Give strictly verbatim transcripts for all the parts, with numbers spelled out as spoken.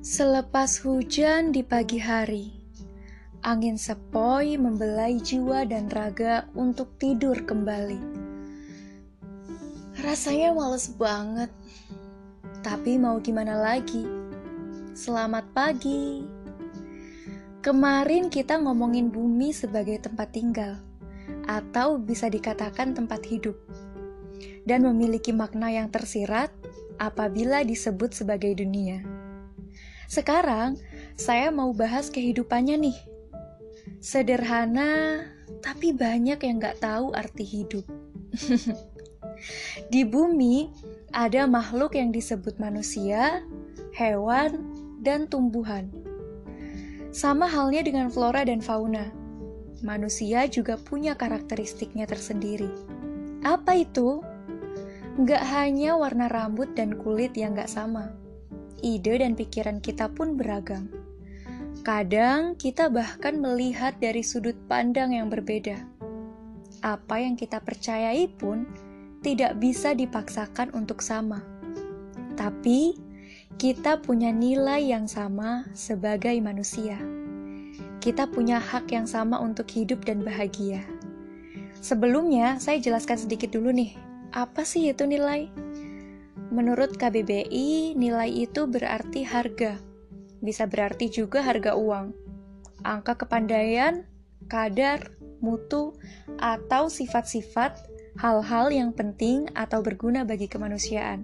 Selepas hujan di pagi hari, angin sepoi membelai jiwa dan raga untuk tidur kembali. Rasanya males banget, tapi mau gimana lagi? Selamat pagi. Kemarin kita ngomongin bumi sebagai tempat tinggal, atau bisa dikatakan tempat hidup, dan memiliki makna yang tersirat apabila disebut sebagai dunia. Sekarang, saya mau bahas kehidupannya nih. Sederhana, tapi banyak yang gak tahu arti hidup. Di bumi, ada makhluk yang disebut manusia, hewan, dan tumbuhan. Sama halnya dengan flora dan fauna. Manusia juga punya karakteristiknya tersendiri. Apa itu? Gak hanya warna rambut dan kulit yang gak sama. Ide dan pikiran kita pun beragam. Kadang kita bahkan melihat dari sudut pandang yang berbeda. Apa yang kita percayai pun tidak bisa dipaksakan untuk sama. Tapi, kita punya nilai yang sama sebagai manusia. Kita punya hak yang sama untuk hidup dan bahagia. Sebelumnya, saya jelaskan sedikit dulu nih, apa sih itu nilai? Menurut K B B I, nilai itu berarti harga. Bisa berarti juga harga uang, angka kepandaian, kadar, mutu, atau sifat-sifat hal-hal yang penting atau berguna bagi kemanusiaan.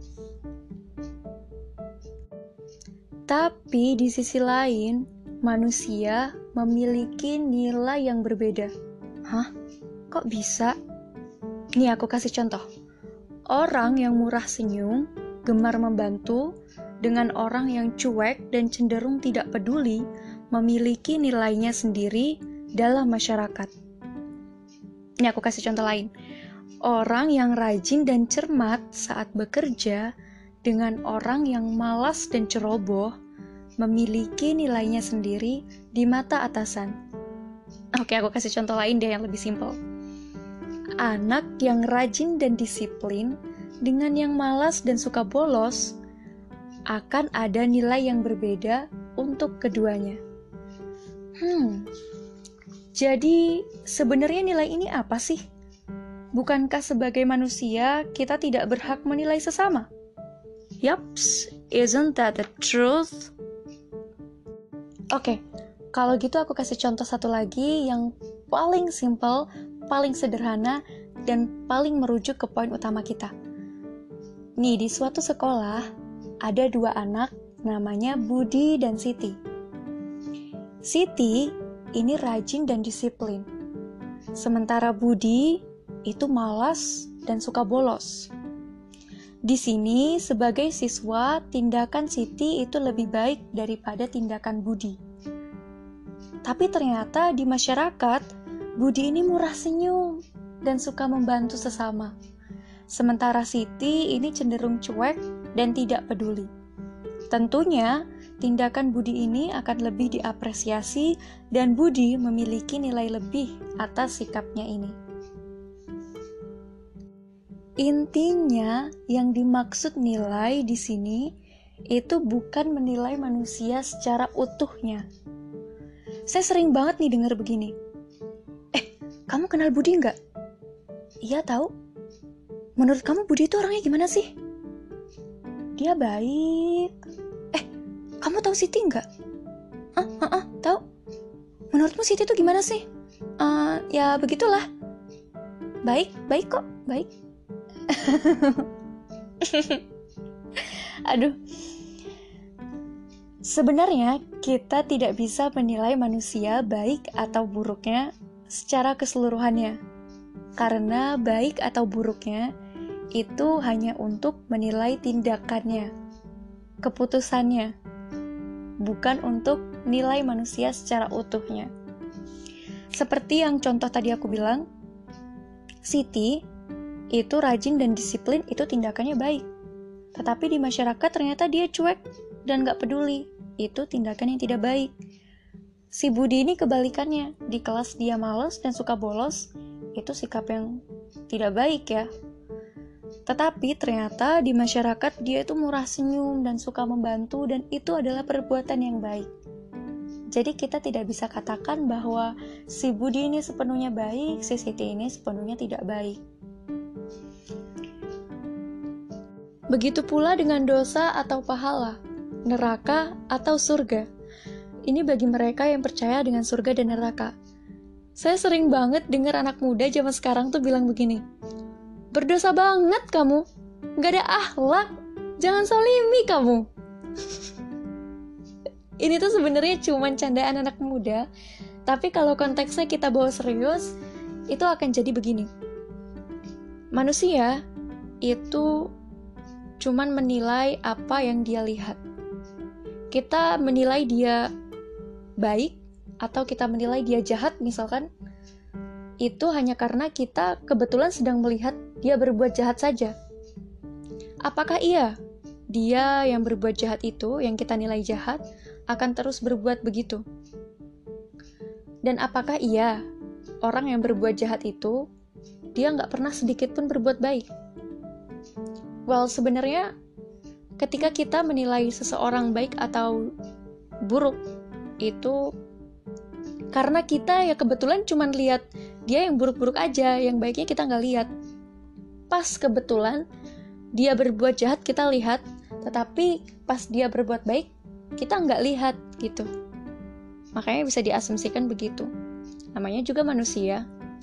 Tapi di sisi lain, manusia memiliki nilai yang berbeda. Hah? Kok bisa? Nih aku kasih contoh. Orang yang murah senyum, gemar membantu, dengan orang yang cuek dan cenderung tidak peduli, memiliki nilainya sendiri dalam masyarakat. Ini aku kasih contoh lain. Orang yang rajin dan cermat saat bekerja, dengan orang yang malas dan ceroboh, memiliki nilainya sendiri di mata atasan. Oke, aku kasih contoh lain deh yang lebih simpel. Anak yang rajin dan disiplin dengan yang malas dan suka bolos akan ada nilai yang berbeda untuk keduanya. Hmm, jadi sebenarnya nilai ini apa sih? Bukankah sebagai manusia kita tidak berhak menilai sesama? Yups, isn't that the truth? Oke, kalau gitu aku kasih contoh satu lagi yang paling simple, paling sederhana, dan paling merujuk ke poin utama kita. Nih, di suatu sekolah, ada dua anak, namanya Budi dan Siti. Siti ini rajin dan disiplin. Sementara Budi itu malas dan suka bolos. Di sini, sebagai siswa, tindakan Siti itu lebih baik daripada tindakan Budi. Tapi ternyata di masyarakat, Budi ini murah senyum dan suka membantu sesama. Sementara Siti ini cenderung cuek dan tidak peduli. Tentunya, tindakan Budi ini akan lebih diapresiasi dan Budi memiliki nilai lebih atas sikapnya ini. Intinya, yang dimaksud nilai di sini itu bukan menilai manusia secara utuhnya. Saya sering banget nih dengar begini. Kamu kenal Budi nggak? Iya tahu. Menurut kamu Budi itu orangnya gimana sih? Dia baik. Eh, kamu tahu Siti nggak? Ah, ah, ah, tahu. Menurutmu Siti itu gimana sih? Uh, ya begitulah. Baik, baik kok, baik. Aduh. Sebenarnya kita tidak bisa menilai manusia baik atau buruknya secara keseluruhannya, karena baik atau buruknya itu hanya untuk menilai tindakannya, keputusannya, bukan untuk nilai manusia secara utuhnya. Seperti yang contoh tadi aku bilang, Siti itu rajin dan disiplin, itu tindakannya baik. Tetapi di masyarakat ternyata dia cuek dan gak peduli, itu tindakan yang tidak baik. Si Budi ini kebalikannya, di kelas dia malas dan suka bolos, itu sikap yang tidak baik ya. Tetapi ternyata di masyarakat dia itu murah senyum dan suka membantu, dan itu adalah perbuatan yang baik. Jadi kita tidak bisa katakan bahwa si Budi ini sepenuhnya baik, si Siti ini sepenuhnya tidak baik. Begitu pula dengan dosa atau pahala, neraka atau surga. Ini bagi mereka yang percaya dengan surga dan neraka. Saya sering banget dengar anak muda zaman sekarang tuh bilang begini, berdosa banget kamu, gak ada akhlak, jangan zalimi kamu. Ini tuh sebenarnya cuma candaan anak muda, tapi kalau konteksnya kita bawa serius, itu akan jadi begini. Manusia itu cuman menilai apa yang dia lihat. Kita menilai dia baik atau kita menilai dia jahat misalkan, itu hanya karena kita kebetulan sedang melihat dia berbuat jahat saja. Apakah iya dia yang berbuat jahat itu, yang kita nilai jahat, akan terus berbuat begitu? Dan apakah iya orang yang berbuat jahat itu dia nggak pernah sedikit pun berbuat baik? Well, sebenarnya ketika kita menilai seseorang baik atau buruk, itu karena kita ya kebetulan cuma lihat dia yang buruk-buruk aja, yang baiknya kita nggak lihat. Pas kebetulan dia berbuat jahat kita lihat, tetapi pas dia berbuat baik kita nggak lihat gitu. Makanya bisa diasumsikan begitu. Namanya juga manusia.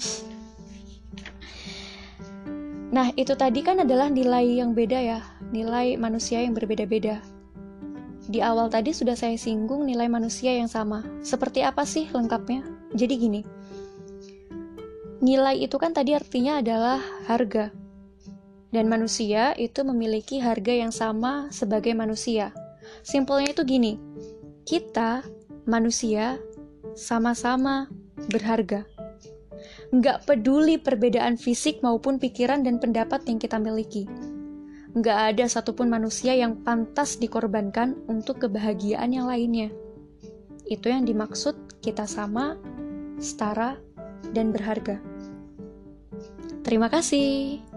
Nah, itu tadi kan adalah nilai yang beda ya, nilai manusia yang berbeda-beda. Di awal tadi sudah saya singgung nilai manusia yang sama. Seperti apa sih lengkapnya? Jadi gini, nilai itu kan tadi artinya adalah harga. Dan manusia itu memiliki harga yang sama sebagai manusia. Simpelnya itu gini, kita, manusia, sama-sama berharga. Nggak peduli perbedaan fisik maupun pikiran dan pendapat yang kita miliki. Nggak ada satupun manusia yang pantas dikorbankan untuk kebahagiaan yang lainnya. Itu yang dimaksud kita sama, setara, dan berharga. Terima kasih.